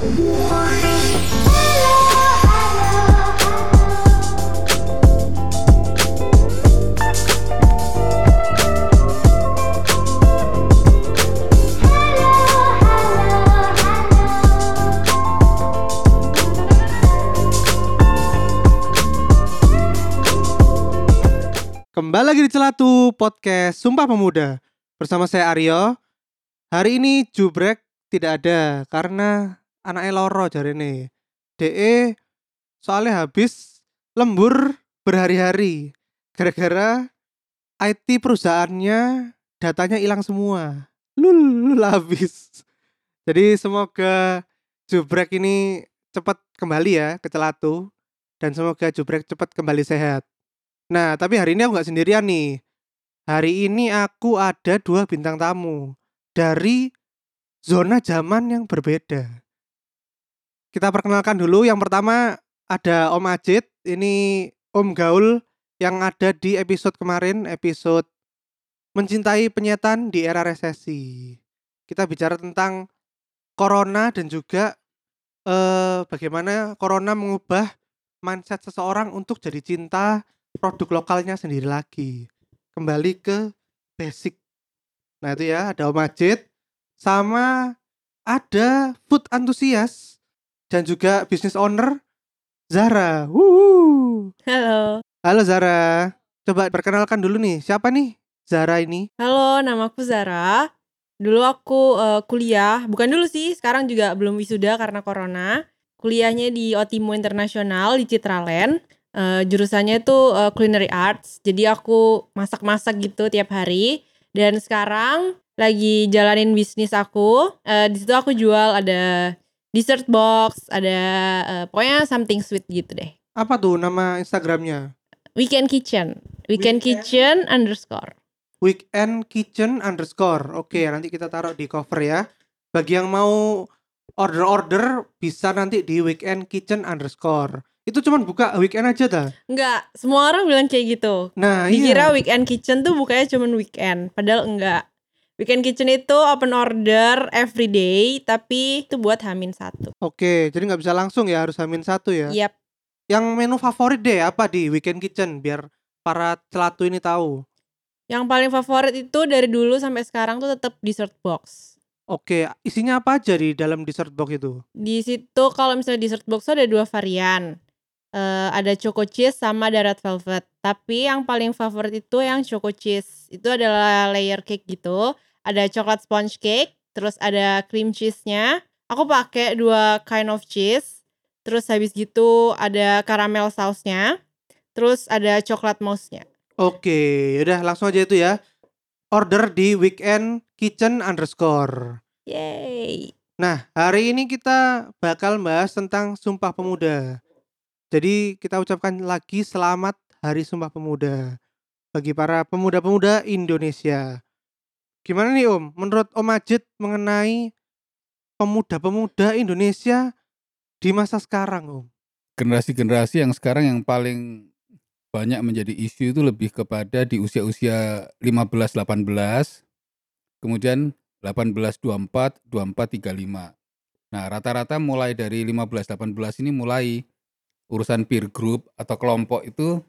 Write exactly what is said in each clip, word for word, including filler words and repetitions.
Kembali lagi di Celatu Podcast Sumpah Pemuda. Bersama saya Aryo. Hari ini Jubrek tidak ada karena anaknya loro jarene. D E soalnya habis lembur berhari-hari gara-gara I T perusahaannya datanya hilang semua. Lul, lul habis. Jadi semoga Jubrek ini cepat kembali ya ke Celatu dan semoga Jubrek cepat kembali sehat. Nah, tapi hari ini aku gak sendirian nih. Hari ini aku ada dua bintang tamu dari zona zaman yang berbeda. Kita perkenalkan dulu. Yang pertama ada Om Ajit. Ini Om Gaul yang ada di episode kemarin, episode Mencintai Penyetan di Era Resesi. Kita bicara tentang corona dan juga eh, bagaimana corona mengubah mindset seseorang untuk jadi cinta produk lokalnya sendiri lagi, kembali ke basic. Nah itu ya, ada Om Majid sama ada food antusias dan juga business owner Zara. Wuhu. Halo. Halo Zara. Coba perkenalkan dulu nih, siapa nih Zara ini? Halo, namaku Zara. Dulu aku uh, kuliah, bukan dulu sih, sekarang juga belum wisuda karena corona. Kuliahnya di Otimo Internasional di Citraland. Uh, jurusannya itu uh, Culinary Arts. Jadi aku masak-masak gitu tiap hari. Dan sekarang lagi jalanin bisnis aku. Uh, di situ aku jual ada dessert box, ada uh, pokoknya something sweet gitu deh. Apa tuh nama Instagramnya? Weekend Kitchen. Weekend, Weekend Kitchen underscore. Weekend Kitchen underscore. Oke, nanti kita taruh di cover ya. Bagi yang mau order-order bisa nanti di Weekend Kitchen underscore. Itu cuman buka weekend aja dah? Enggak, semua orang bilang kayak gitu. Nah, dikira iya. Weekend Kitchen tuh bukanya cuman weekend, padahal enggak. Weekend Kitchen itu open order every day, tapi itu buat Hamin satu. Oke, jadi nggak bisa langsung ya, harus Hamin satu ya. Yap. Yang menu favorit deh apa di Weekend Kitchen biar para celatu ini tahu. Yang paling favorit itu dari dulu sampai sekarang tuh tetap dessert box. Oke, isinya apa aja di dalam dessert box itu? Di situ kalau misalnya dessert box ada dua varian. Uh, ada choco cheese sama ada red velvet. Tapi yang paling favorit itu yang choco cheese. Itu adalah layer cake gitu. Ada coklat sponge cake, terus ada cream cheese-nya. Aku pakai dua kind of cheese. Terus habis gitu ada caramel sauce-nya. Terus ada coklat mousse-nya. Oke, udah langsung aja itu ya. Order di Weekend Kitchen underscore. Yeay. Nah, hari ini kita bakal bahas tentang Sumpah Pemuda. Jadi kita ucapkan lagi selamat Hari Sumpah Pemuda bagi para pemuda-pemuda Indonesia. Gimana nih Om, menurut Om Majid mengenai pemuda-pemuda Indonesia di masa sekarang Om? Generasi-generasi yang sekarang yang paling banyak menjadi isu itu lebih kepada di usia-usia lima belas delapan belas, kemudian delapan belas dua puluh empat, dua puluh empat tiga puluh lima. Nah, rata-rata mulai dari lima belas delapan belas ini mulai urusan peer group atau kelompok itu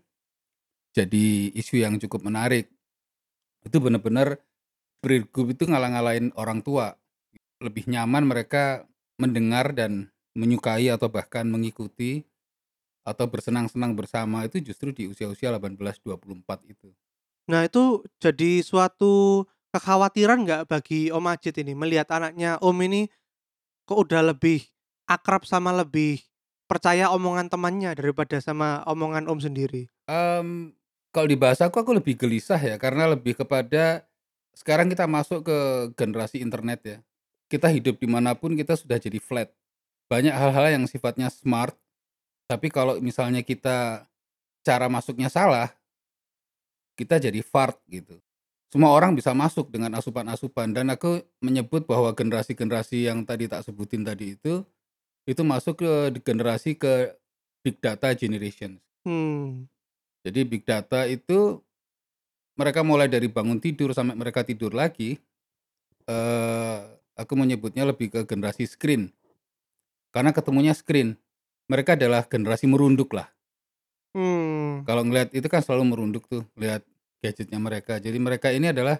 jadi isu yang cukup menarik. Itu benar-benar peer group itu ngalah-ngalahin orang tua. Lebih nyaman mereka mendengar dan menyukai atau bahkan mengikuti atau bersenang-senang bersama itu justru di usia-usia delapan belas dua puluh empat itu. Nah itu jadi suatu kekhawatiran nggak bagi Om Majid ini melihat anaknya Om ini kok udah lebih akrab sama lebih percaya omongan temannya daripada sama omongan Om sendiri? Um, kalau di bahasa aku, aku lebih gelisah ya karena lebih kepada sekarang kita masuk ke generasi internet ya. Kita hidup dimanapun kita sudah jadi flat. Banyak hal-hal yang sifatnya smart, tapi kalau misalnya kita cara masuknya salah, kita jadi fart gitu. Semua orang bisa masuk dengan asupan-asupan dan aku menyebut bahwa generasi-generasi yang tadi tak sebutin tadi itu itu masuk ke generasi ke big data generation. Hmm. Jadi big data itu mereka mulai dari bangun tidur sampai mereka tidur lagi. Eh, aku menyebutnya lebih ke generasi screen. karena ketemunya screen. Mereka adalah generasi merunduk lah. Hmm. Kalau ngelihat itu kan selalu merunduk tuh, lihat gadgetnya mereka. Jadi mereka ini adalah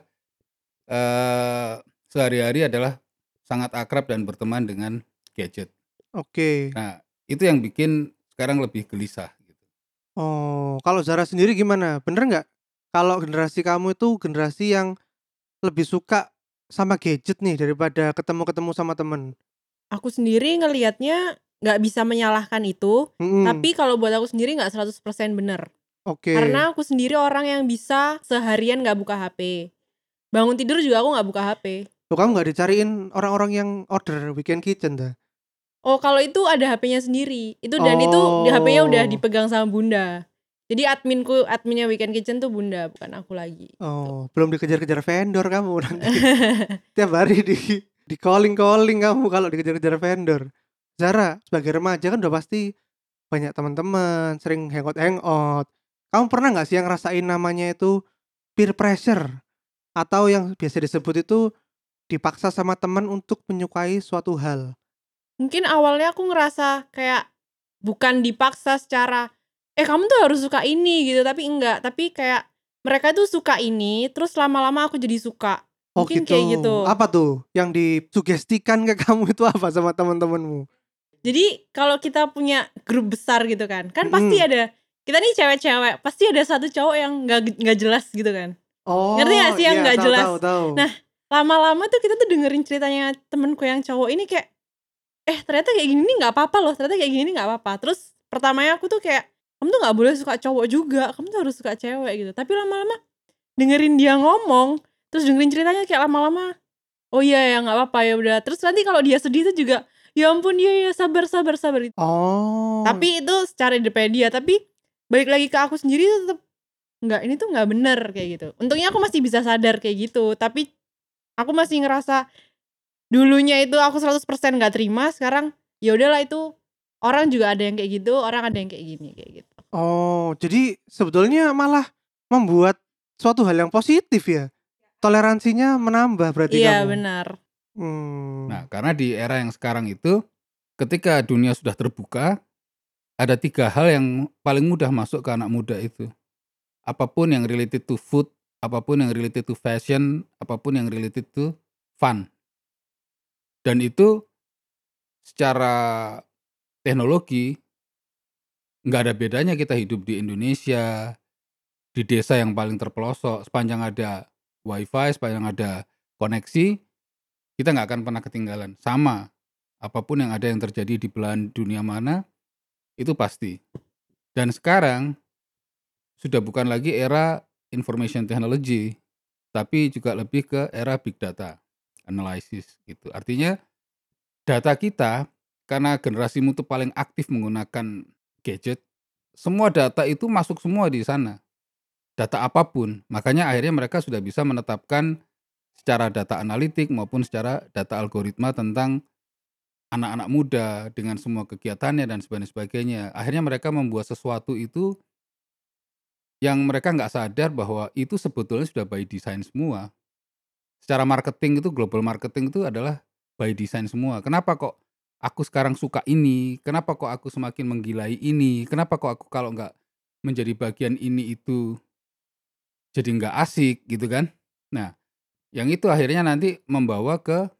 eh sehari-hari adalah sangat akrab dan berteman dengan gadget. Oke. Nah, itu yang bikin sekarang lebih gelisah gitu. Oh, kalau Zara sendiri gimana? Bener nggak? Kalau generasi kamu itu generasi yang lebih suka sama gadget nih daripada ketemu-ketemu sama temen? Aku sendiri ngelihatnya nggak bisa menyalahkan itu, Mm-mm. tapi kalau buat aku sendiri nggak seratus persen bener. Oke. Karena aku sendiri orang yang bisa seharian nggak buka H P. Bangun tidur juga aku nggak buka H P. Tuh kamu nggak dicariin orang-orang yang order weekend kitchen dah? Oh, kalau itu ada H P-nya sendiri. Itu dan itu di H P-nya udah Oh. dipegang sama Bunda. Jadi adminku, adminnya Weekend Kitchen tuh Bunda, bukan aku lagi. Gitu. Oh, belum dikejar-kejar vendor kamu nanti. Tiap hari di di calling-calling kamu kalau dikejar-kejar vendor. Zara, sebagai remaja kan udah pasti banyak teman-teman, sering hangout-hangout. Kamu pernah nggak sih yang ngerasain namanya itu peer pressure atau yang biasa disebut itu dipaksa sama teman untuk menyukai suatu hal? Mungkin awalnya aku ngerasa kayak bukan dipaksa secara eh kamu tuh harus suka ini gitu, tapi enggak, tapi kayak mereka tuh suka ini, terus lama-lama aku jadi suka. Oh Mungkin gitu. kayak gitu. Apa tuh yang disugestikan ke kamu itu apa sama teman-temanmu? Jadi kalau kita punya grup besar gitu kan, kan pasti Mm-mm. ada kita nih cewek-cewek, pasti ada satu cowok yang nggak nggak jelas gitu kan. Ngerti gak Oh sih yang iya, nggak tahu jelas? tahu tahu. Nah, lama-lama tuh kita tuh dengerin ceritanya temenku yang cowok ini kayak, eh ternyata kayak gini nih nggak apa-apa loh, ternyata kayak gini nih nggak apa-apa. Terus pertamanya aku tuh kayak, kamu tuh nggak boleh suka cowok juga, kamu tuh harus suka cewek gitu. Tapi lama-lama dengerin dia ngomong, terus dengerin ceritanya kayak lama-lama, oh iya ya nggak apa-apa ya udah. Terus nanti kalau dia sedih tuh juga, ya ampun dia ya sabar sabar sabar. Oh. Tapi itu secara depan dia, tapi balik lagi ke aku sendiri tuh tetap nggak, ini tuh nggak bener kayak gitu. Untungnya aku masih bisa sadar kayak gitu, tapi aku masih ngerasa dulunya itu aku seratus persen nggak terima, sekarang ya udahlah itu orang juga ada yang kayak gitu, orang ada yang kayak gini kayak gitu. Oh, jadi sebetulnya malah membuat suatu hal yang positif ya. Toleransinya menambah berarti Iya kamu. benar. Hmm. Nah, karena di era yang sekarang itu ketika dunia sudah terbuka, ada tiga hal yang paling mudah masuk ke anak muda itu. Apapun yang related to food, apapun yang related to fashion, apapun yang related to fun. Dan itu secara teknologi nggak ada bedanya kita hidup di Indonesia, di desa yang paling terpelosok, sepanjang ada wifi, sepanjang ada koneksi, kita nggak akan pernah ketinggalan. Sama, apapun yang ada yang terjadi di belahan dunia mana, itu pasti. Dan sekarang sudah bukan lagi era information technology, tapi juga lebih ke era big data analysis gitu. Artinya data kita, karena generasimu tuh paling aktif menggunakan gadget, semua data itu masuk semua di sana. Data apapun. Makanya akhirnya mereka sudah bisa menetapkan secara data analitik maupun secara data algoritma tentang anak-anak muda dengan semua kegiatannya dan sebagainya. Akhirnya mereka membuat sesuatu itu yang mereka nggak sadar bahwa itu sebetulnya sudah by design semua. Secara marketing itu, global marketing itu adalah by design semua. Kenapa kok aku sekarang suka ini? Kenapa kok aku semakin menggilai ini? Kenapa kok aku kalau nggak menjadi bagian ini itu jadi nggak asik gitu kan? Nah, yang itu akhirnya nanti membawa ke,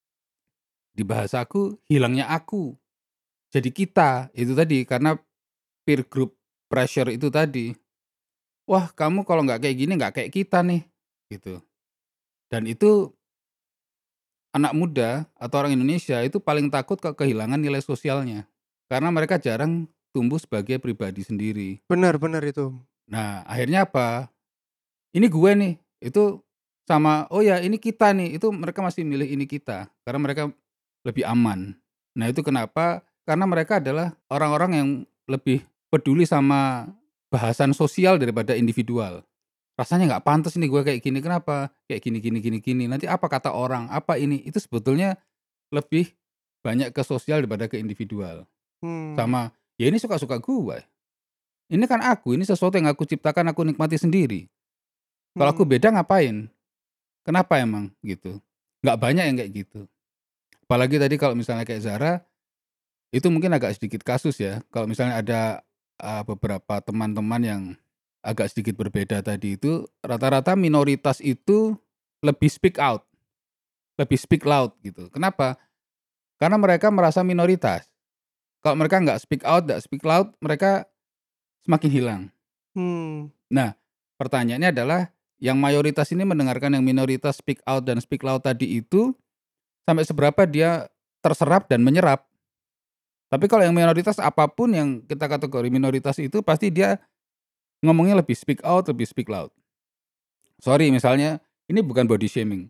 di bahasaku, hilangnya aku. Jadi kita, itu tadi karena peer group pressure itu tadi. Wah, kamu kalau nggak kayak gini nggak kayak kita nih, gitu. Dan itu anak muda atau orang Indonesia itu paling takut ke kehilangan nilai sosialnya. Karena mereka jarang tumbuh sebagai pribadi sendiri. Benar-benar itu. Nah, akhirnya apa? Ini gue nih, itu sama, oh ya ini kita nih, itu mereka masih milih ini kita. Karena mereka lebih aman. Nah itu kenapa? Karena mereka adalah orang-orang yang lebih peduli sama bahasan sosial daripada individual. Rasanya nggak pantas nih gue kayak gini, kenapa? Kayak gini gini gini gini. Nanti apa kata orang? Apa ini? Itu sebetulnya lebih banyak ke sosial daripada ke individual. Hmm. Sama, ya ini suka-suka gue. Ini kan aku, ini sesuatu yang aku ciptakan, aku nikmati sendiri. Kalau aku Hmm. beda ngapain? Kenapa emang gitu? Nggak banyak yang kayak gitu. Apalagi tadi kalau misalnya kayak Zara, itu mungkin agak sedikit kasus ya. Kalau misalnya ada uh, beberapa teman-teman yang agak sedikit berbeda tadi itu, rata-rata minoritas itu lebih speak out, lebih speak loud gitu. Kenapa? Karena mereka merasa minoritas. Kalau mereka nggak speak out, nggak speak loud, mereka semakin hilang. Hmm. Nah, pertanyaannya adalah yang mayoritas ini mendengarkan yang minoritas speak out dan speak loud tadi itu sampai seberapa dia terserap dan menyerap. Tapi kalau yang minoritas apapun yang kita kategori minoritas itu pasti dia ngomongnya lebih speak out, lebih speak loud. Sorry misalnya ini bukan body shaming.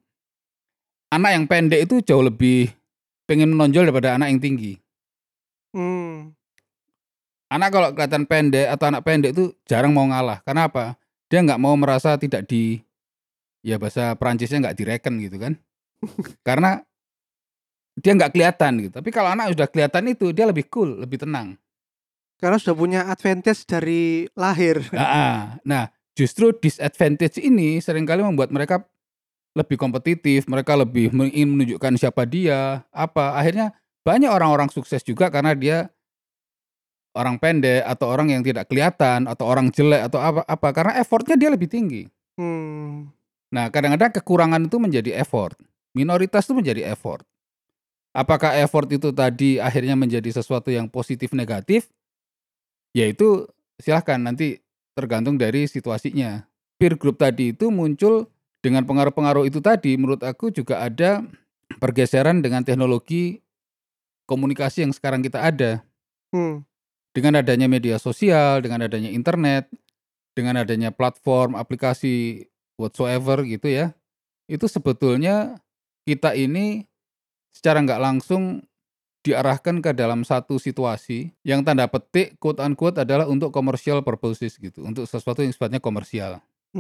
Anak yang pendek itu jauh lebih pengen menonjol daripada anak yang tinggi. Hmm. Anak kalau kelihatan pendek atau anak pendek itu jarang mau ngalah. Karena apa? Dia nggak mau merasa tidak di, ya bahasa Perancisnya nggak direken gitu kan. Karena dia nggak kelihatan gitu. Tapi kalau anak sudah kelihatan itu dia lebih cool, lebih tenang. Karena sudah punya advantage dari lahir. Nah, nah justru disadvantage ini seringkali membuat mereka lebih kompetitif, mereka lebih ingin menunjukkan siapa dia, apa. Akhirnya banyak orang-orang sukses juga karena dia orang pendek atau orang yang tidak kelihatan atau orang jelek atau apa apa karena effortnya dia lebih tinggi. Hmm. Nah, kadang-kadang kekurangan itu menjadi effort. Minoritas itu menjadi effort. Apakah effort itu tadi akhirnya menjadi sesuatu yang positif negatif? Ya itu silahkan nanti tergantung dari situasinya. Peer group tadi itu muncul dengan pengaruh-pengaruh itu tadi menurut aku juga ada pergeseran dengan teknologi komunikasi yang sekarang kita ada. Hmm. Dengan adanya media sosial, dengan adanya internet, dengan adanya platform, aplikasi whatsoever gitu ya, itu sebetulnya kita ini secara nggak langsung diarahkan ke dalam satu situasi yang tanda petik quote unquote adalah untuk commercial purposes gitu, untuk sesuatu yang sifatnya komersial.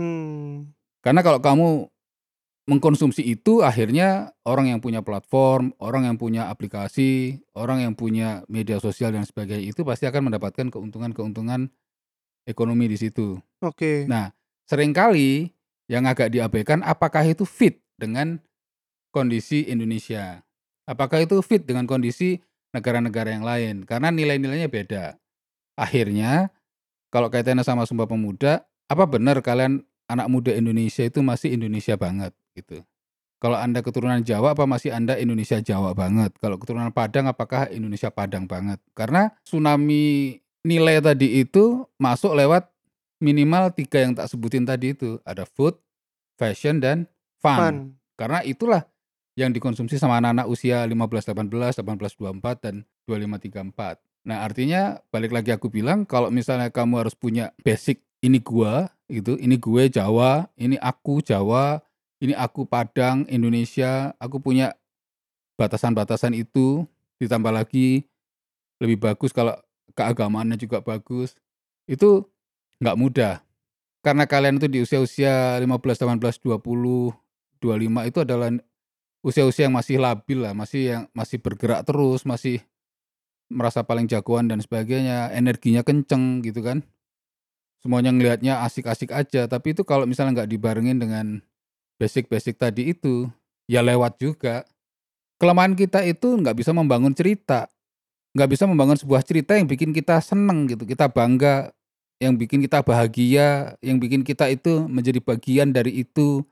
Hmm. Karena kalau kamu mengkonsumsi itu akhirnya orang yang punya platform, orang yang punya aplikasi, orang yang punya media sosial dan sebagainya itu pasti akan mendapatkan keuntungan-keuntungan ekonomi di situ. Oke. Nah, seringkali yang agak diabaikan apakah itu fit dengan kondisi Indonesia? Apakah itu fit dengan kondisi negara-negara yang lain? Karena nilai-nilainya beda. Akhirnya kalau kaitannya sama Sumpah Pemuda, apa benar kalian anak muda Indonesia itu masih Indonesia banget gitu? Kalau Anda keturunan Jawa apa masih Anda Indonesia Jawa banget? Kalau keturunan Padang apakah Indonesia Padang banget? Karena tsunami nilai tadi itu masuk lewat minimal tiga yang tak sebutin tadi itu. Ada food, fashion, dan fun. Fun. Karena itulah yang dikonsumsi sama anak-anak usia lima belas delapan belas, delapan belas dua puluh empat, dan dua puluh lima tiga puluh empat. Nah artinya balik lagi aku bilang kalau misalnya kamu harus punya basic ini gua gitu, ini gue Jawa, ini aku Jawa, ini aku Padang, Indonesia, aku punya batasan-batasan itu, ditambah lagi lebih bagus kalau keagamaannya juga bagus, itu nggak mudah. Karena kalian itu di usia-usia lima belas, delapan belas, dua puluh, dua puluh lima itu adalah usia-usia yang masih labil lah, masih yang masih bergerak terus, masih merasa paling jagoan dan sebagainya, energinya kenceng gitu kan. Semuanya ngelihatnya asik-asik aja, tapi itu kalau misalnya nggak dibarengin dengan basic-basic tadi itu, ya lewat juga. Kelemahan kita itu nggak bisa membangun cerita, nggak bisa membangun sebuah cerita yang bikin kita seneng gitu, kita bangga, yang bikin kita bahagia, yang bikin kita itu menjadi bagian dari itu.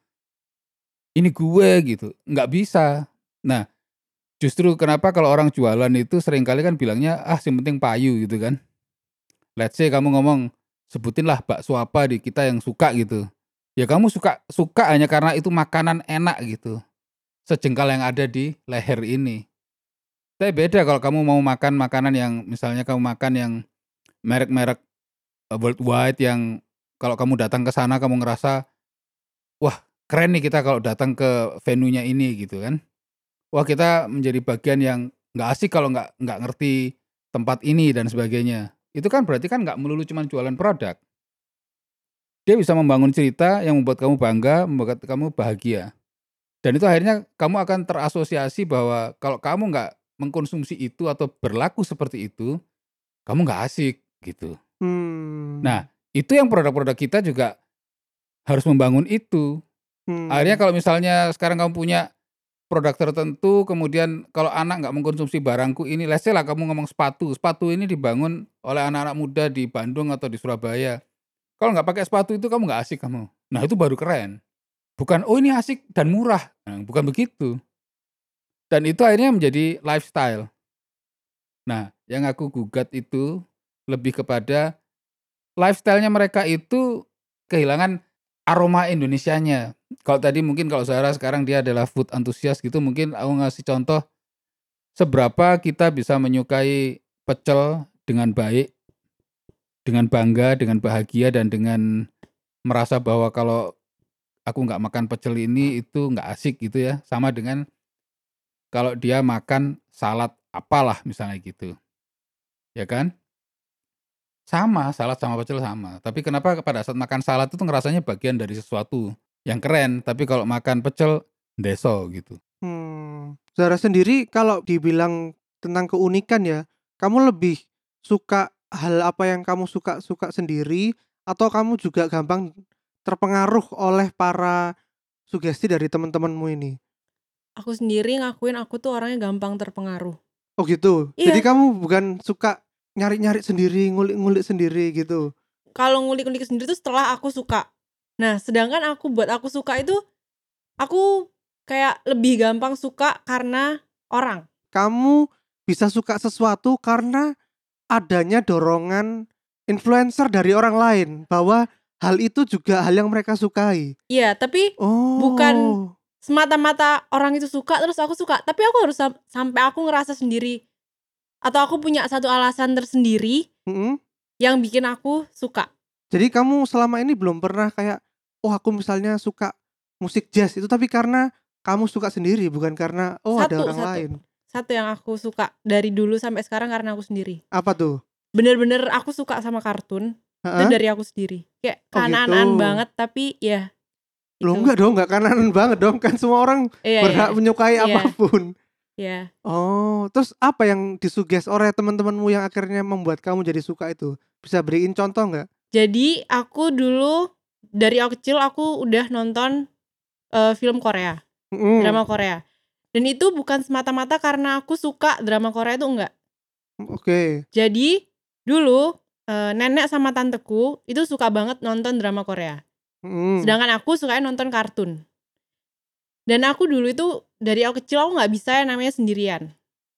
Ini gue gitu, nggak bisa. Nah, justru kenapa kalau orang jualan itu seringkali kan bilangnya, ah yang penting payu gitu kan. Let's say kamu ngomong, sebutinlah bakso apa di kita yang suka gitu. Ya kamu suka suka hanya karena itu makanan enak gitu. Sejengkal yang ada di leher ini. Tapi beda kalau kamu mau makan makanan yang misalnya kamu makan yang merek-merek uh, worldwide yang kalau kamu datang ke sana kamu ngerasa, wah keren nih kita kalau datang ke venue-nya ini gitu kan. Wah kita menjadi bagian yang nggak asik kalau nggak nggak ngerti tempat ini dan sebagainya. Itu kan berarti kan nggak melulu cuma jualan produk. Dia bisa membangun cerita yang membuat kamu bangga, membuat kamu bahagia. Dan itu akhirnya kamu akan terasosiasi bahwa kalau kamu nggak mengkonsumsi itu atau berlaku seperti itu, kamu nggak asik gitu. Hmm. Nah, itu yang produk-produk kita juga harus membangun itu. Hmm. Akhirnya kalau misalnya sekarang kamu punya produk tertentu, kemudian kalau anak nggak mengkonsumsi barangku ini, let's say lah kamu ngomong sepatu, sepatu ini dibangun oleh anak-anak muda di Bandung atau di Surabaya. Kalau nggak pakai sepatu itu kamu nggak asik kamu. Nah itu baru keren. Bukan, oh ini asik dan murah. Nah, bukan begitu. Dan itu akhirnya menjadi lifestyle. Nah, yang aku gugat itu lebih kepada lifestyle-nya mereka itu kehilangan aroma Indonesianya. Kalau tadi mungkin kalau Zara sekarang dia adalah food enthusiast gitu, mungkin aku ngasih contoh seberapa kita bisa menyukai pecel dengan baik, dengan bangga, dengan bahagia, dan dengan merasa bahwa kalau aku nggak makan pecel ini itu nggak asik gitu ya. Sama dengan kalau dia makan salad apalah misalnya gitu, ya kan? Sama, salad sama pecel sama. Tapi kenapa pada saat makan salad itu ngerasanya bagian dari sesuatu yang keren, tapi kalau makan pecel ndeso gitu. Hmm, Zara sendiri kalau dibilang tentang keunikan ya, kamu lebih suka hal apa yang kamu suka-suka sendiri atau kamu juga gampang terpengaruh oleh para sugesti dari teman-temanmu ini? Aku sendiri ngakuin aku tuh orangnya gampang terpengaruh. Oh gitu. Jadi Iya, kamu bukan suka nyari-nyari sendiri, ngulik-ngulik sendiri gitu. kalau ngulik-ngulik sendiri tuh setelah aku suka. Nah, sedangkan aku buat aku suka itu, aku kayak lebih gampang suka karena orang. Kamu bisa suka sesuatu karena adanya dorongan influencer dari orang lain bahwa hal itu juga hal yang mereka sukai. Iya, tapi bukan Oh. semata-mata orang itu suka terus aku suka, tapi aku harus sam sampai aku ngerasa sendiri atau aku punya satu alasan tersendiri Mm-mm. yang bikin aku suka. Jadi kamu selama ini belum pernah kayak, oh aku misalnya suka musik jazz itu tapi karena kamu suka sendiri bukan karena oh ada Satu orang satu lain. satu yang aku suka dari dulu sampai sekarang karena aku sendiri. Apa tuh? Bener-bener aku suka sama kartun, itu Heeh. dari aku sendiri. Kayak Oh gitu. kanan-kanan banget tapi ya Loh itu. enggak dong, enggak kanan banget dong, kan semua orang Iya iya berhak menyukai iya. apapun. Iya. Oh, terus apa yang disuges oleh teman-temanmu yang akhirnya membuat kamu jadi suka itu? Bisa beriin contoh nggak? Jadi aku dulu dari aku kecil aku udah nonton eee, film Korea, Mhm. drama Korea. Dan itu bukan semata-mata karena aku suka drama Korea itu enggak. Oke. Jadi dulu, eee, nenek sama tanteku itu suka banget nonton drama Korea. Mhm. Sedangkan aku sukanya nonton kartun. Dan aku dulu itu dari aku kecil aku nggak bisa yang namanya sendirian.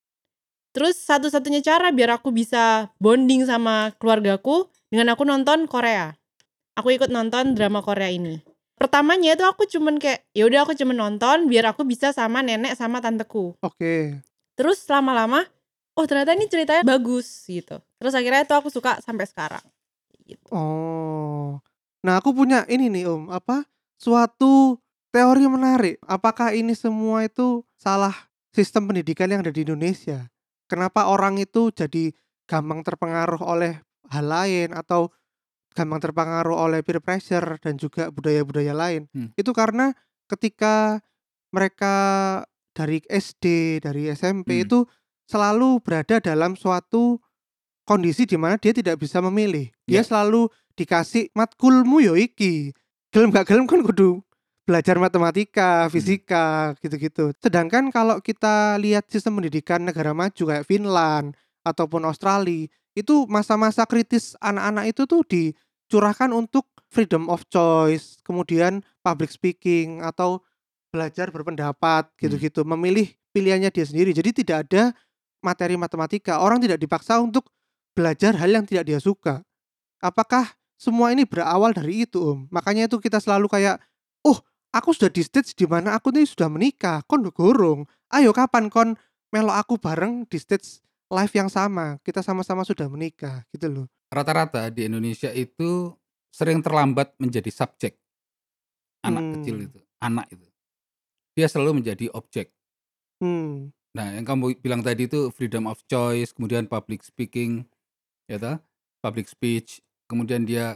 Terus satu-satunya cara biar aku bisa bonding sama keluargaku dengan aku nonton Korea. Aku ikut nonton drama Korea ini. Pertamanya itu aku cuman kayak, ya udah aku cuman nonton biar aku bisa sama nenek sama tanteku. Oke. Terus lama-lama, oh ternyata ini ceritanya bagus gitu. Terus akhirnya itu aku suka sampai sekarang. Gitu. Oh. Nah, aku punya ini nih, Om, apa? Suatu teori menarik. Apakah ini semua itu salah sistem pendidikan yang ada di Indonesia? Kenapa orang itu jadi gampang terpengaruh oleh hal lain atau gampang terpengaruh oleh peer pressure dan juga budaya-budaya lain? Hmm. Itu karena ketika mereka dari S D, dari S M P Hmm. itu selalu berada dalam suatu kondisi di mana dia tidak bisa memilih. Dia Ya. selalu dikasih matkulmu yo iki. Gelem gak gelem kan kudu belajar matematika, Hmm. fisika, gitu-gitu. Sedangkan kalau kita lihat sistem pendidikan negara maju kayak Finland ataupun Australia, itu masa-masa kritis anak-anak itu tuh dicurahkan untuk freedom of choice, kemudian public speaking atau belajar berpendapat Hmm. gitu-gitu, memilih pilihannya dia sendiri. Jadi tidak ada materi matematika. Orang tidak dipaksa untuk belajar hal yang tidak dia suka. Apakah semua ini berawal dari itu, Om? Makanya itu kita selalu kayak, "Oh, aku sudah di stage di mana aku nih sudah menikah, kon udah gorong. Ayo kapan kon melok aku bareng di stage life yang sama. Kita sama-sama sudah menikah." Gitu loh. Rata-rata di Indonesia itu sering terlambat menjadi subjek. Anak kecil Hmm. itu, anak itu. Dia selalu menjadi objek. Hmm. Nah, yang kamu bilang tadi itu freedom of choice, kemudian public speaking, ya toh? Public speech, kemudian dia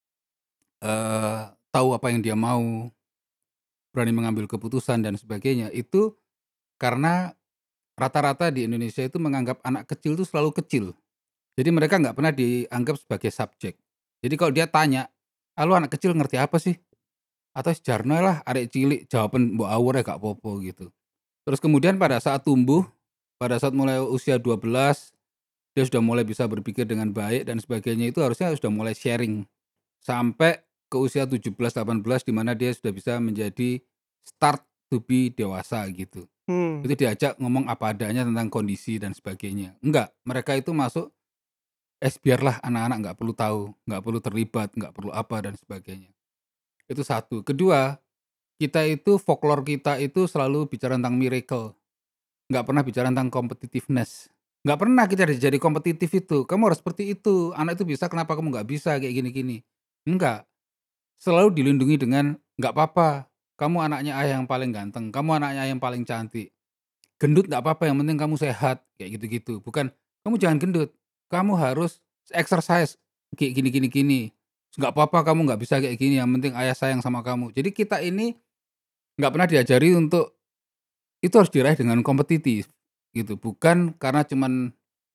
eh, tahu apa yang dia mau, berani mengambil keputusan dan sebagainya. Itu karena rata-rata di Indonesia itu menganggap anak kecil itu selalu kecil. Jadi mereka nggak pernah dianggap sebagai subjek. Jadi kalau dia tanya, "Ah, lu anak kecil ngerti apa sih?" Atau sejarno lah arek cilik jawaban mbok awur ya gak apa-apa gitu. Terus kemudian pada saat tumbuh, pada saat mulai usia dua belas, dia sudah mulai bisa berpikir dengan baik dan sebagainya, itu harusnya sudah mulai sharing. Sampai ke usia tujuh belas, delapan belas di mana dia sudah bisa menjadi start to be dewasa gitu. Hmm. Itu diajak ngomong apa adanya tentang kondisi dan sebagainya. Enggak, mereka itu masuk, eh biarlah anak-anak nggak perlu tahu, nggak perlu terlibat, nggak perlu apa dan sebagainya. Itu satu. Kedua, kita itu folklore kita itu selalu bicara tentang miracle. Nggak pernah bicara tentang competitiveness. Nggak pernah kita jadi kompetitif itu. Kamu harus seperti itu. Anak itu bisa, kenapa kamu nggak bisa kayak gini-gini? Enggak. Selalu dilindungi dengan nggak apa-apa. Kamu anaknya ayah yang paling ganteng. Kamu anaknya ayah yang paling cantik. Gendut nggak apa-apa, yang penting kamu sehat. Kayak gitu-gitu. Bukan, kamu jangan gendut. Kamu harus exercise kayak gini-gini-gini. Nggak apa-apa kamu nggak bisa kayak gini. Yang penting ayah sayang sama kamu. Jadi kita ini nggak pernah diajari untuk itu harus diraih dengan kompetitif gitu, bukan karena cuman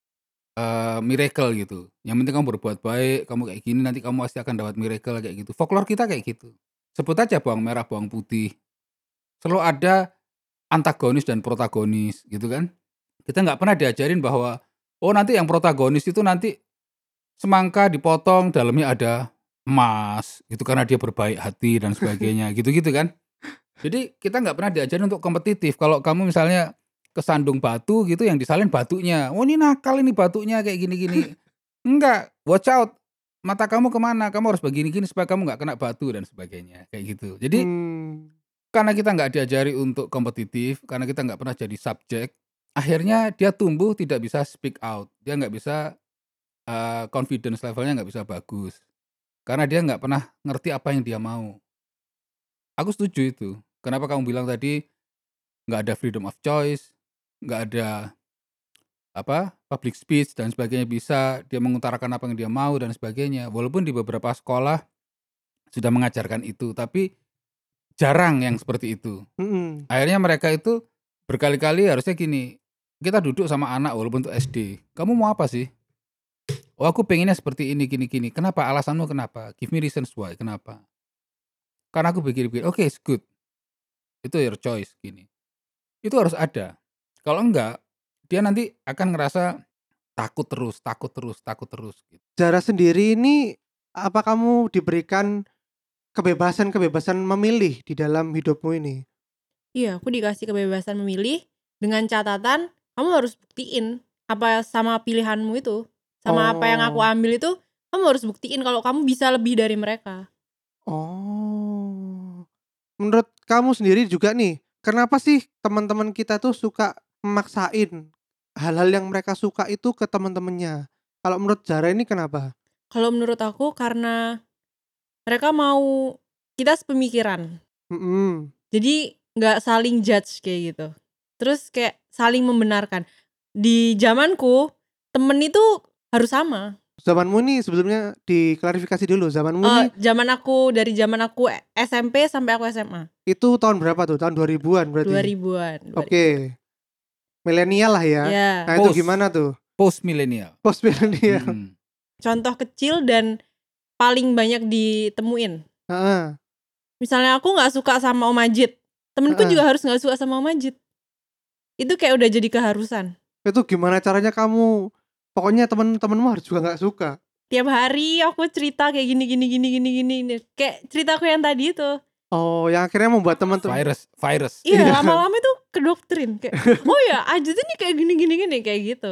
uh, miracle gitu. Yang penting kamu berbuat baik, kamu kayak gini nanti kamu pasti akan dapat miracle kayak gitu. Folklore kita kayak gitu. Sebut aja bawang merah, bawang putih. Selalu ada antagonis dan protagonis gitu kan. Kita nggak pernah diajarin bahwa oh nanti yang protagonis itu nanti semangka dipotong dalamnya ada emas gitu karena dia berbaik hati dan sebagainya gitu-gitu kan. Jadi kita nggak pernah diajarin untuk kompetitif. Kalau kamu misalnya kesandung batu gitu, yang disalin batunya. Oh ini nakal ini batunya kayak gini-gini. Enggak, watch out. Mata kamu kemana? Kamu harus begini-gini supaya kamu nggak kena batu dan sebagainya. Kayak gitu. Jadi Hmm. karena kita nggak diajari untuk kompetitif, karena kita nggak pernah jadi subjek, akhirnya dia tumbuh tidak bisa speak out. Dia nggak bisa, uh, confidence levelnya nggak bisa bagus. Karena dia nggak pernah ngerti apa yang dia mau. Aku setuju itu. Kenapa kamu bilang tadi nggak ada freedom of choice, nggak ada apa public speech dan sebagainya, bisa dia mengutarakan apa yang dia mau dan sebagainya. Walaupun di beberapa sekolah sudah mengajarkan itu, tapi jarang yang seperti itu. Mm-mm. Akhirnya mereka itu berkali-kali harusnya gini, kita duduk sama anak walaupun untuk S D. Kamu mau apa sih? Oh aku pengennya seperti ini, gini-gini. Kenapa? Alasanmu kenapa? Give me reasons why. Kenapa? Karena aku pikir-pikir, oke, okay, it's good. Itu your choice, gini. Itu harus ada. Kalau enggak, dia nanti akan ngerasa takut terus, takut terus, takut terus gitu. Zara sendiri ini, apa kamu diberikan kebebasan-kebebasan memilih di dalam hidupmu ini? Iya, aku dikasih kebebasan memilih dengan catatan kamu harus buktiin apa sama pilihanmu itu. Sama apa yang aku Oh. ambil itu, kamu harus buktiin kalau kamu bisa lebih dari mereka. Oh. Menurut kamu sendiri juga nih, kenapa sih teman-teman kita tuh suka memaksain hal-hal yang mereka suka itu ke teman-temannya? Kalau menurut Zara ini kenapa? Kalau menurut aku karena mereka mau kita sepemikiran. Mm-mm. Jadi nggak saling judge kayak gitu. Terus kayak saling membenarkan. Di zamanku temen itu harus sama. Zamanmu nih sebelumnya diklarifikasi dulu. Zamanmu nih Eh, zaman aku dari zaman aku S M P sampai aku S M A. itu tahun berapa tuh? Tahun dua ribuan berarti? dua ribuan. Oke. Milenial lah ya. Ya. Nah itu Post. gimana tuh? Post milenial. Post milenial. Hmm. Contoh kecil dan paling banyak ditemuin. Heeh. Misalnya aku nggak suka sama Om Majid, temenku Heeh. juga harus nggak suka sama Om Majid. Itu kayak udah jadi keharusan. Itu gimana caranya kamu? Pokoknya teman-temanmu harus juga nggak suka. Tiap hari aku cerita kayak gini gini gini gini gini. Kayak ceritaku yang tadi itu. Oh, yang akhirnya membuat teman-teman. Virus, virus. Iya, Iya. lama-lama itu kedoktrin kayak, oh ya, Ajit ini kayak gini gini gini kayak gitu.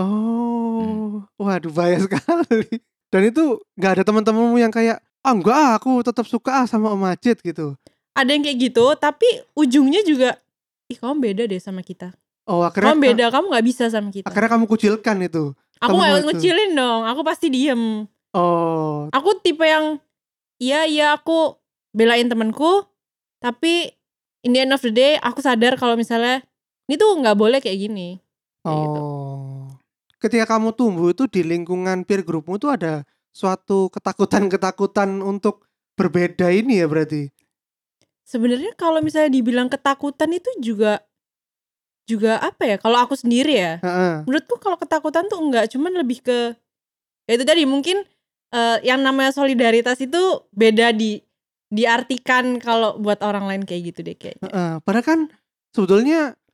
Oh, waduh bahaya sekali. Dan itu nggak ada teman-temanmu yang kayak, ah enggak, ah, aku tetap suka ah sama Om Majid gitu. Ada yang kayak gitu, tapi ujungnya juga, ih kamu beda deh sama kita. Oh, akhirnya Kamu beda, kamu nggak bisa sama kita. akhirnya kamu kucilkan itu. Aku temenmu nggak itu. ngecilin dong, aku pasti diem. Oh, Aku tipe yang, iya iya aku belain temanku, tapi in the end of the day aku sadar kalau misalnya ini tuh nggak boleh kayak gini. Kayak gitu. oh. Ketika kamu tumbuh itu di lingkungan peer groupmu tuh ada suatu ketakutan-ketakutan untuk berbeda ini ya berarti. Sebenarnya kalau misalnya dibilang ketakutan itu juga juga apa ya? Kalau aku sendiri ya, Heeh. menurutku kalau ketakutan tuh enggak, cuman lebih ke ya itu tadi mungkin eh, yang namanya solidaritas itu beda di diartikan kalau buat orang lain kayak gitu deh kayaknya. Heeh. Padahal kan sebetulnya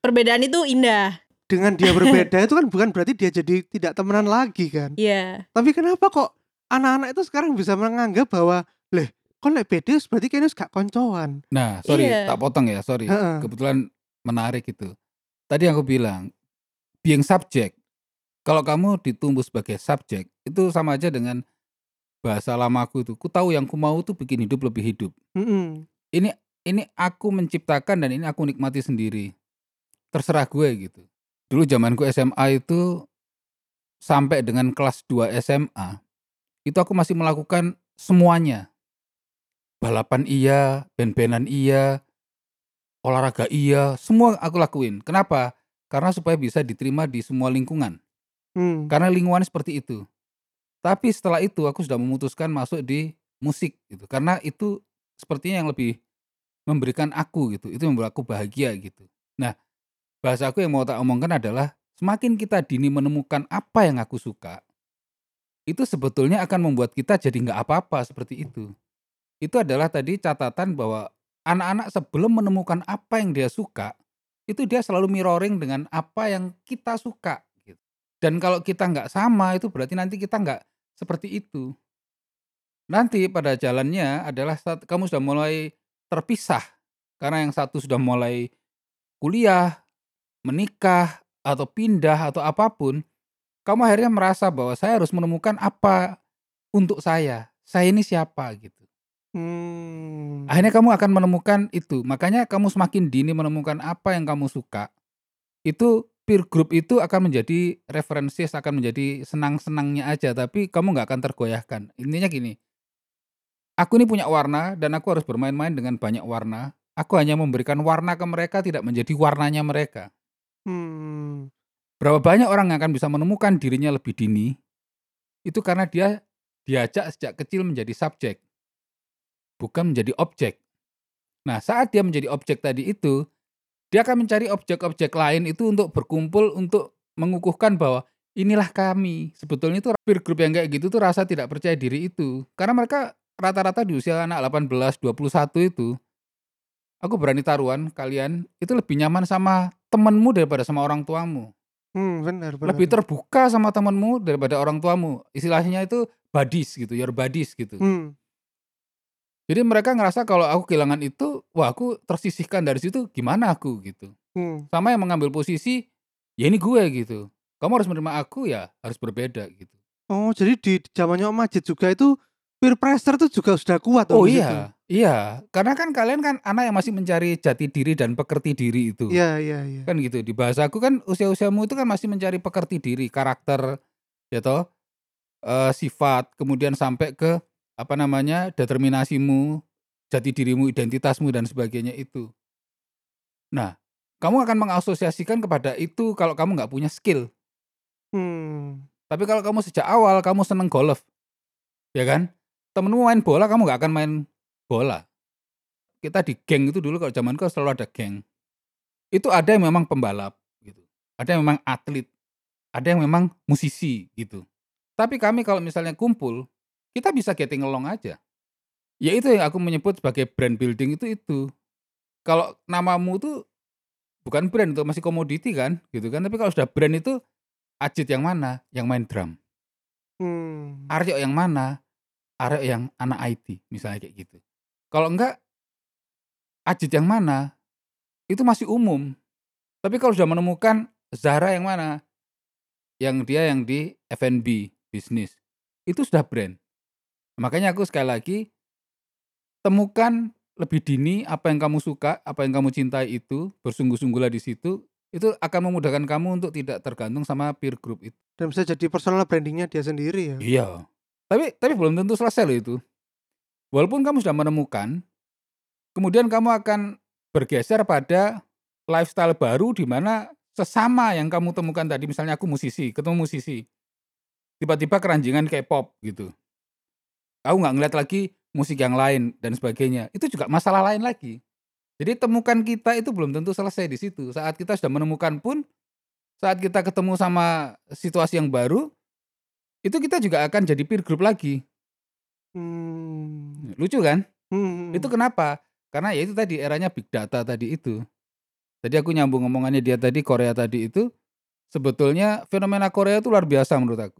perbedaan itu indah. Dengan dia berbeda itu kan bukan berarti dia jadi tidak temenan lagi kan. Iya. Tapi kenapa kok anak-anak itu sekarang bisa menganggap bahwa leh kok lek beda berarti kayaknya gak koncoan. Nah, sorry, Iya. tak potong ya, sorry. Heeh. Kebetulan menarik itu. Tadi aku bilang, being subject, kalau kamu ditumbuh sebagai subjek, itu sama aja dengan bahasa lamaku itu. Ku tahu yang ku mau tuh bikin hidup lebih hidup. Mm-mm. Ini ini aku menciptakan dan ini aku nikmati sendiri. Terserah gue gitu. Dulu zamanku S M A itu sampai dengan kelas dua S M A, itu aku masih melakukan semuanya. Balapan iya, band-bandan iya, olahraga iya, semua aku lakuin. Kenapa? Karena supaya bisa diterima di semua lingkungan. Hmm. Karena lingkungan seperti itu. Tapi setelah itu aku sudah memutuskan masuk di musik gitu. Karena itu sepertinya yang lebih memberikan aku gitu. Itu membuat aku bahagia gitu. Nah, bahasa aku yang mau tak omongkan adalah semakin kita dini menemukan apa yang aku suka, itu sebetulnya akan membuat kita jadi nggak apa-apa seperti itu. Itu adalah tadi catatan bahwa anak-anak sebelum menemukan apa yang dia suka, itu dia selalu mirroring dengan apa yang kita suka. Gitu. Dan kalau kita nggak sama, itu berarti nanti kita nggak seperti itu. Nanti pada jalannya adalah saat kamu sudah mulai terpisah. Karena yang satu sudah mulai kuliah, menikah, atau pindah, atau apapun. Kamu akhirnya merasa bahwa saya harus menemukan apa untuk saya. Saya ini siapa gitu. Hmm. Akhirnya kamu akan menemukan itu. Makanya kamu semakin dini menemukan apa yang kamu suka. Itu peer group itu akan menjadi referensi, akan menjadi senang-senangnya aja. Tapi kamu gak akan tergoyahkan. Intinya gini. Aku ini punya warna dan aku harus bermain-main dengan banyak warna. Aku hanya memberikan warna ke mereka, tidak menjadi warnanya mereka. Hmm. Berapa banyak orang yang akan bisa menemukan dirinya lebih dini, itu karena dia diajak sejak kecil menjadi subjek, bukan menjadi objek. Nah, saat dia menjadi objek tadi itu, dia akan mencari objek-objek lain itu untuk berkumpul, untuk mengukuhkan bahwa inilah kami. Sebetulnya itu peer group yang kayak gitu tuh rasa tidak percaya diri itu. Karena mereka rata-rata di usia anak delapan belas, dua puluh satu itu, aku berani taruhan kalian itu lebih nyaman sama temenmu daripada sama orang tuamu. Hmm, benar, benar. Lebih terbuka sama temenmu daripada orang tuamu. Istilahnya itu buddies gitu, your buddies gitu. Hmm. Jadi mereka ngerasa kalau aku kehilangan itu, wah aku tersisihkan dari situ, gimana aku gitu. Hmm. Sama yang mengambil posisi, ya ini gue gitu. Kamu harus menerima aku ya harus berbeda gitu. Oh, jadi di zamannya Om Majid juga itu peer pressure tuh juga sudah kuat Oh Om di situ. iya, iya. Karena kan kalian kan anak yang masih mencari jati diri dan pekerti diri itu. Iya, iya, iya. Kan gitu. Di bahasa aku kan usia-usiamu itu kan masih mencari pekerti diri, karakter, ya toh, eh, sifat, kemudian sampai ke apa namanya determinasimu, jati dirimu, identitasmu dan sebagainya itu. Nah, kamu akan mengasosiasikan kepada itu kalau kamu nggak punya skill. Hmm. Tapi kalau kamu sejak awal kamu seneng golf, ya kan? Temenmu main bola, kamu nggak akan main bola. Kita di geng itu dulu kalau zamanku selalu ada geng. Itu ada yang memang pembalap, gitu. Ada yang memang atlet, ada yang memang musisi, gitu. Tapi kami kalau misalnya kumpul, kita bisa getting along aja. Ya itu yang aku menyebut sebagai brand building itu itu. Kalau namamu tuh bukan brand itu masih komoditi kan, gitu kan. Tapi kalau sudah brand itu Ajit yang mana? Yang main drum. Hmm. Aryo yang mana? Aryo yang anak I T, misalnya kayak gitu. Kalau enggak, Ajit yang mana? Itu masih umum. Tapi kalau sudah menemukan Zara yang mana? Yang dia yang di F and B, bisnis. Itu sudah brand. Makanya aku sekali lagi, temukan lebih dini apa yang kamu suka, apa yang kamu cintai itu, bersungguh-sungguhlah di situ, itu akan memudahkan kamu untuk tidak tergantung sama peer group itu. Dan bisa jadi personal brandingnya dia sendiri ya. Iya. Tapi tapi belum tentu selesai loh itu. Walaupun kamu sudah menemukan, kemudian kamu akan bergeser pada lifestyle baru di mana sesama yang kamu temukan tadi, misalnya aku musisi, ketemu musisi. Tiba-tiba keranjingan K-pop gitu. Aku nggak ngeliat lagi musik yang lain dan sebagainya. Itu juga masalah lain lagi. Jadi temukan kita itu belum tentu selesai di situ. Saat kita sudah menemukan pun, saat kita ketemu sama situasi yang baru, itu kita juga akan jadi peer group lagi. Hmm. Lucu kan? Hmm. Itu kenapa? Karena ya itu tadi eranya big data tadi itu. Tadi aku nyambung ngomongannya dia tadi, Korea tadi itu, sebetulnya fenomena Korea itu luar biasa menurut aku.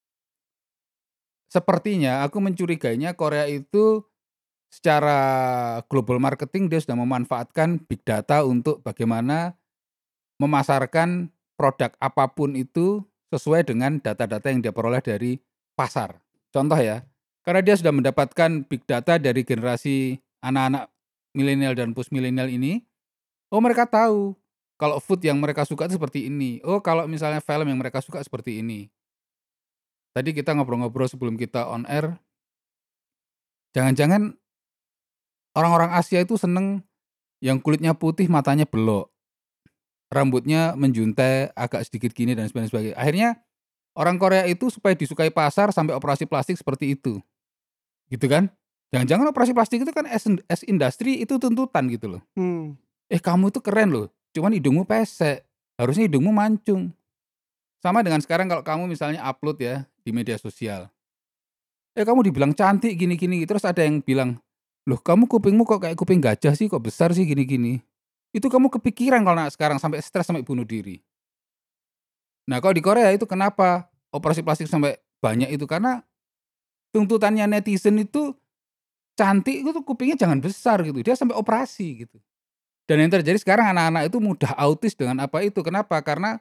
Sepertinya aku mencurigainya Korea itu secara global marketing dia sudah memanfaatkan big data untuk bagaimana memasarkan produk apapun itu sesuai dengan data-data yang dia peroleh dari pasar. Contoh ya, karena dia sudah mendapatkan big data dari generasi anak-anak milenial dan post milenial ini, oh mereka tahu kalau food yang mereka suka itu seperti ini. Oh kalau misalnya film yang mereka suka seperti ini. Tadi kita ngobrol-ngobrol sebelum kita on air, jangan-jangan orang-orang Asia itu seneng yang kulitnya putih, matanya belok, rambutnya menjuntai agak sedikit gini dan sebagainya. Akhirnya orang Korea itu supaya disukai pasar sampai operasi plastik seperti itu. Gitu kan? Jangan-jangan operasi plastik itu kan as, as industry itu tuntutan gitu loh. Hmm. Eh kamu itu keren loh, cuman hidungmu pesek, harusnya hidungmu mancung. Sama dengan sekarang kalau kamu misalnya upload ya di media sosial. Eh kamu dibilang cantik gini-gini, terus ada yang bilang, loh kamu kupingmu kok kayak kuping gajah sih, kok besar sih gini-gini. Itu kamu kepikiran kalau anak sekarang sampai stres sampai bunuh diri. Nah kalau di Korea itu kenapa operasi plastik sampai banyak itu? Karena tuntutannya netizen itu cantik itu kupingnya jangan besar gitu. Dia sampai operasi gitu. Dan yang terjadi sekarang anak-anak itu mudah autis dengan apa itu. Kenapa? Karena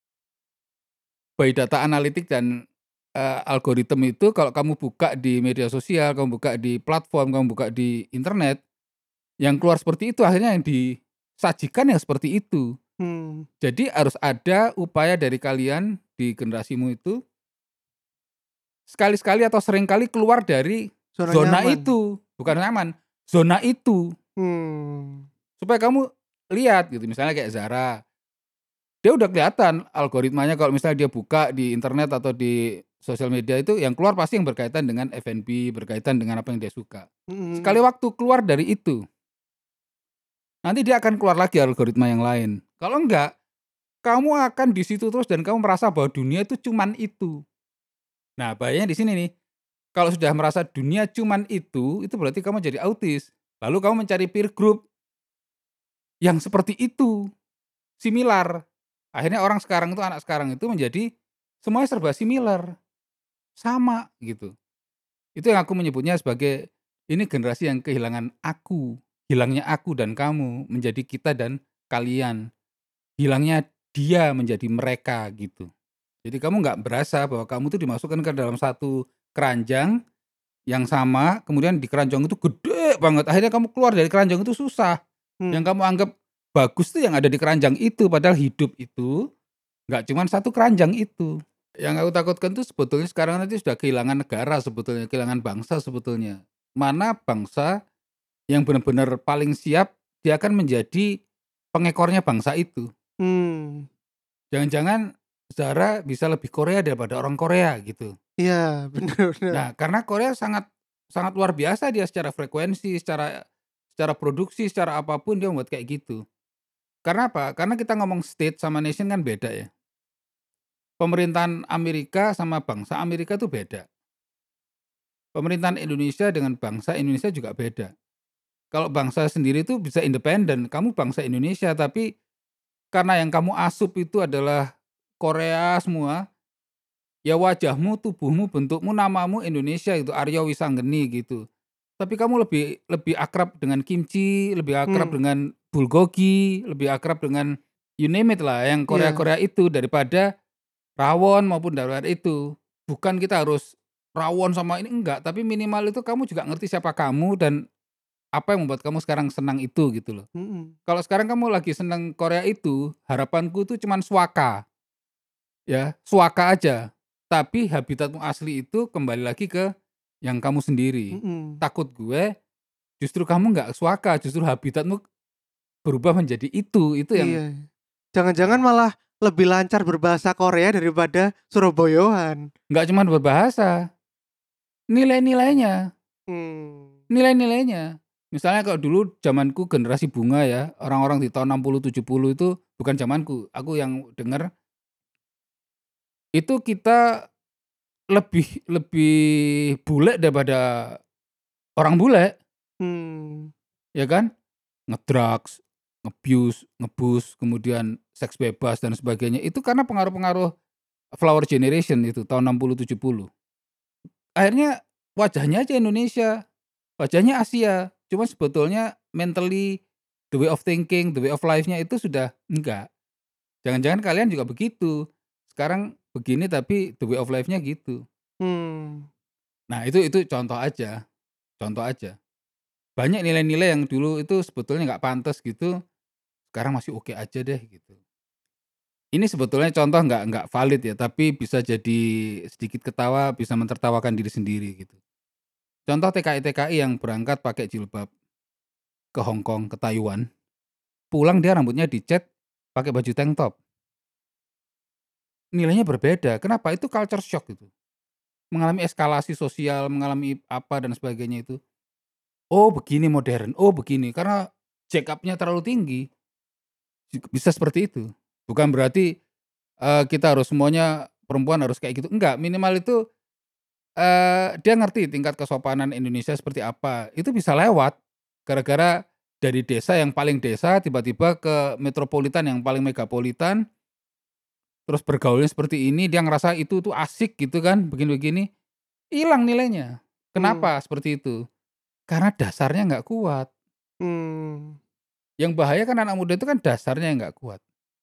by data analitik dan uh, algoritma itu kalau kamu buka di media sosial, kamu buka di platform, kamu buka di internet, yang keluar seperti itu akhirnya yang disajikan yang seperti itu. Hmm. Jadi harus ada upaya dari kalian di generasimu itu sekali-sekali atau seringkali keluar dari Zona, zona nyaman. itu, bukan nyaman, zona itu. Hmm. Supaya kamu lihat gitu, misalnya kayak Zara. Dia udah kelihatan algoritmanya kalau misalnya dia buka di internet atau di sosial media itu yang keluar pasti yang berkaitan dengan F and B, berkaitan dengan apa yang dia suka. Hmm. Sekali waktu keluar dari itu, nanti dia akan keluar lagi algoritma yang lain. Kalau enggak, kamu akan di situ terus dan kamu merasa bahwa dunia itu cuman itu. Nah, bahayanya di sini nih. Kalau sudah merasa dunia cuman itu, itu berarti kamu jadi autis. Lalu kamu mencari peer group yang seperti itu, similar. Akhirnya orang sekarang itu, anak sekarang itu menjadi semuanya serba similar. Sama gitu. Itu yang aku menyebutnya sebagai ini generasi yang kehilangan aku. Hilangnya aku dan kamu menjadi kita dan kalian. Hilangnya dia menjadi mereka gitu. Jadi kamu nggak berasa bahwa kamu tuh dimasukkan ke dalam satu keranjang yang sama, kemudian di keranjang itu gede banget. Akhirnya kamu keluar dari keranjang itu susah. Hmm. Yang kamu anggap bagus tuh yang ada di keranjang itu, padahal hidup itu nggak cuma satu keranjang itu. Yang aku takutkan tuh sebetulnya sekarang nanti sudah kehilangan negara sebetulnya, kehilangan bangsa sebetulnya. Mana bangsa yang benar-benar paling siap, dia akan menjadi pengekornya bangsa itu. Hmm. Jangan-jangan Zara bisa lebih Korea daripada orang Korea gitu. Iya, benar-benar. Nah, karena Korea sangat sangat luar biasa dia secara frekuensi, secara secara produksi, secara apapun dia membuat kayak gitu. Karena apa? Karena kita ngomong state sama nation kan beda ya. Pemerintahan Amerika sama bangsa Amerika itu beda. Pemerintahan Indonesia dengan bangsa Indonesia juga beda. Kalau bangsa sendiri itu bisa independen, kamu bangsa Indonesia tapi karena yang kamu asup itu adalah Korea semua, ya wajahmu, tubuhmu, bentukmu, namamu Indonesia itu Aryo Wisanggeni gitu. Tapi kamu lebih lebih akrab dengan kimchi, lebih akrab Hmm. dengan bulgogi, lebih akrab dengan you name it lah yang Korea-Korea itu daripada rawon maupun daripada itu. Bukan kita harus rawon sama ini enggak, tapi minimal itu kamu juga ngerti siapa kamu dan apa yang membuat kamu sekarang senang itu gitu loh. Hmm. Kalau sekarang kamu lagi senang Korea itu, harapanku tuh cuman swaka. Ya, swaka aja. Tapi habitatmu asli itu kembali lagi ke yang kamu sendiri. Hmm. Takut gue justru kamu nggak swaka, justru habitatmu berubah menjadi itu. Itu yang Iya. Jangan-jangan malah lebih lancar berbahasa Korea daripada Surabayaan. nggak cuma berbahasa, nilai-nilainya, Hmm. nilai-nilainya. Misalnya kalau dulu zamanku generasi bunga ya, orang-orang di tahun enam puluh tujuh puluh itu bukan zamanku, aku yang dengar itu kita lebih lebih bule daripada orang bule, Hmm. ya kan? Ngedrugs, nge-abuse, nge-boost, kemudian seks bebas dan sebagainya. Itu karena pengaruh-pengaruh flower generation itu tahun enam puluh tujuh puluh. Akhirnya wajahnya aja Indonesia, wajahnya Asia. Cuma sebetulnya mentally, the way of thinking, the way of life-nya itu sudah enggak. Jangan-jangan kalian juga begitu. Sekarang begini tapi the way of life-nya gitu. Hmm. Nah, itu itu contoh aja. Contoh aja. Banyak nilai-nilai yang dulu itu sebetulnya nggak pantas gitu, sekarang masih oke aja deh gitu. Ini sebetulnya contoh nggak nggak valid ya, tapi bisa jadi sedikit ketawa, bisa mentertawakan diri sendiri gitu. Contoh T K I T K I yang berangkat pakai jilbab ke Hong Kong, ke Taiwan, pulang dia rambutnya dicat pakai baju tank top. Nilainya berbeda. Kenapa? Itu culture shock gitu. Mengalami eskalasi sosial, mengalami apa dan sebagainya itu. Oh begini modern, oh begini. Karena check up-nya terlalu tinggi. Bisa seperti itu. Bukan berarti uh, kita harus semuanya perempuan harus kayak gitu. Enggak, minimal itu uh, dia ngerti tingkat kesopanan Indonesia seperti apa. Itu bisa lewat. Gara-gara dari desa yang paling desa tiba-tiba ke metropolitan yang paling megapolitan. Terus bergaulnya seperti ini, dia ngerasa itu tuh asik gitu kan, begini-begini. Hilang nilainya. Kenapa Hmm. seperti itu? Karena dasarnya nggak kuat. Hmm. Yang bahaya kan anak muda itu kan dasarnya yang nggak kuat.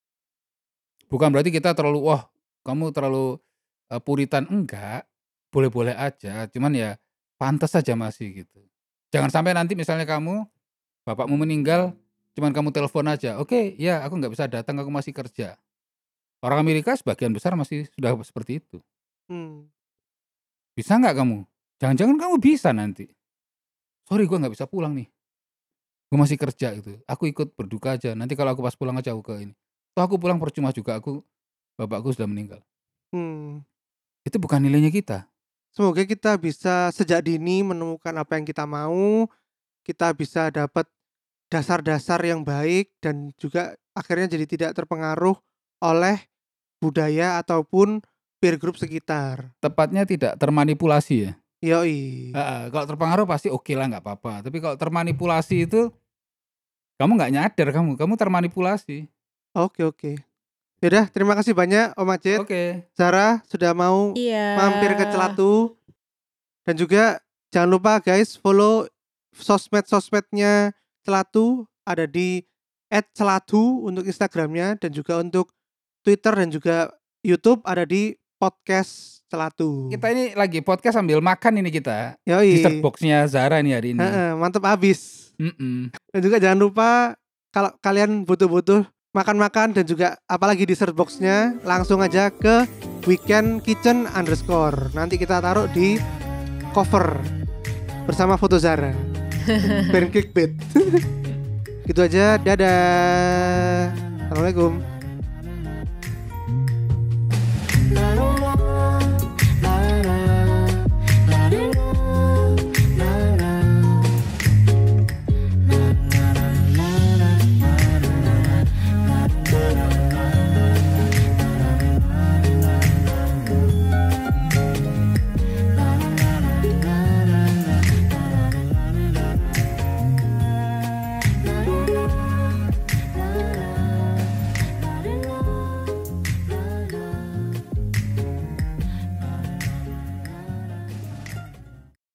Bukan berarti kita terlalu, wah kamu terlalu uh, puritan. Enggak, boleh-boleh aja. Cuman ya pantas saja masih gitu. Jangan sampai nanti misalnya kamu, bapakmu meninggal, cuman kamu telepon aja. Oke, ya aku nggak bisa datang, aku masih kerja. Orang Amerika sebagian besar masih sudah seperti itu. Hmm. Bisa nggak kamu? Jangan-jangan kamu bisa nanti. Sorry gue nggak bisa pulang nih. Gue masih kerja gitu. Aku ikut berduka aja. Nanti kalau aku pas pulang aja aku ke ini. Toh aku pulang percuma juga. Aku bapakku sudah meninggal. Hmm. Itu bukan nilainya kita. Semoga kita bisa sejak dini menemukan apa yang kita mau. Kita bisa dapat dasar-dasar yang baik dan juga akhirnya jadi tidak terpengaruh oleh budaya ataupun peer group sekitar. Tepatnya tidak termanipulasi ya. Yoi. Uh, kalau terpengaruh pasti oke lah nggak apa-apa. Tapi kalau termanipulasi itu kamu nggak nyadar kamu, kamu termanipulasi. Oke oke. Yaudah, terima kasih banyak Om Acit. Oke. Zara sudah mau Iya. mampir ke Celatu. Dan juga jangan lupa guys follow sosmed-sosmednya Celatu, ada di et celatu untuk Instagramnya dan juga untuk Twitter dan juga YouTube ada di podcast Celatu. Kita ini lagi podcast sambil makan ini kita. Yoi. Dessert box-nya Zara nih hari ini. Heeh, mantep abis. Mm-mm. Dan juga jangan lupa kalau kalian butuh-butuh makan-makan dan juga apalagi dessert box-nya, langsung aja ke weekend kitchen underscore. Nanti kita taruh di cover bersama foto Zara. Ben clickbait. Gitu aja, dadah. Assalamualaikum.